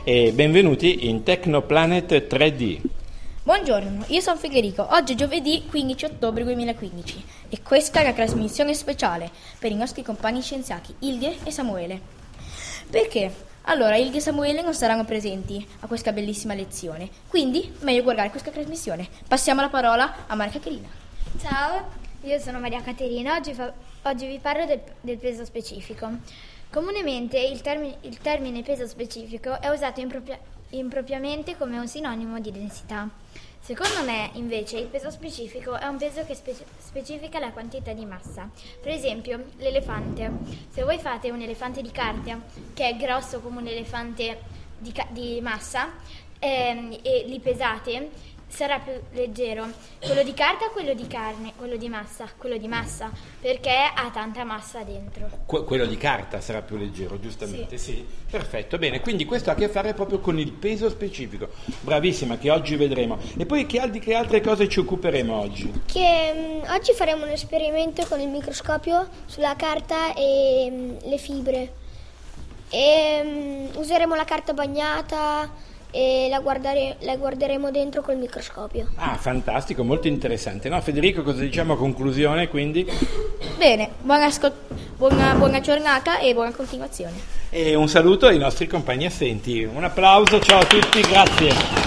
e benvenuti in Tecnoplanet 3D. Buongiorno, io sono Federico, oggi è giovedì 15 ottobre 2015 e questa è una trasmissione speciale per i nostri compagni scienziati Ilge e Samuele. Perché? Allora, Ilge e Samuele non saranno presenti a questa bellissima lezione, quindi meglio guardare questa trasmissione. Passiamo la parola a Maria Caterina. Ciao, io sono Maria Caterina, oggi vi parlo del peso specifico. Comunemente il termine peso specifico è usato impropriamente come un sinonimo di densità. Secondo me, invece, il peso specifico è un peso che specifica la quantità di massa. Per esempio, l'elefante. Se voi fate un elefante di carta, che è grosso come un elefante di massa, e li pesate, sarà più leggero quello di carta o quello di carne, quello di massa, perché ha tanta massa dentro. Quello di carta sarà più leggero, giustamente, sì. Perfetto, bene, quindi questo ha a che fare proprio con il peso specifico. Bravissima, che oggi vedremo. E poi di che altre cose ci occuperemo oggi? Oggi faremo un esperimento con il microscopio sulla carta e le fibre. Useremo la carta bagnata e la guarderemo dentro col microscopio. Ah, fantastico, molto interessante. No, Federico, cosa diciamo a conclusione, quindi? Bene, buona giornata e buona continuazione. E un saluto ai nostri compagni assenti. Un applauso, ciao a tutti, grazie.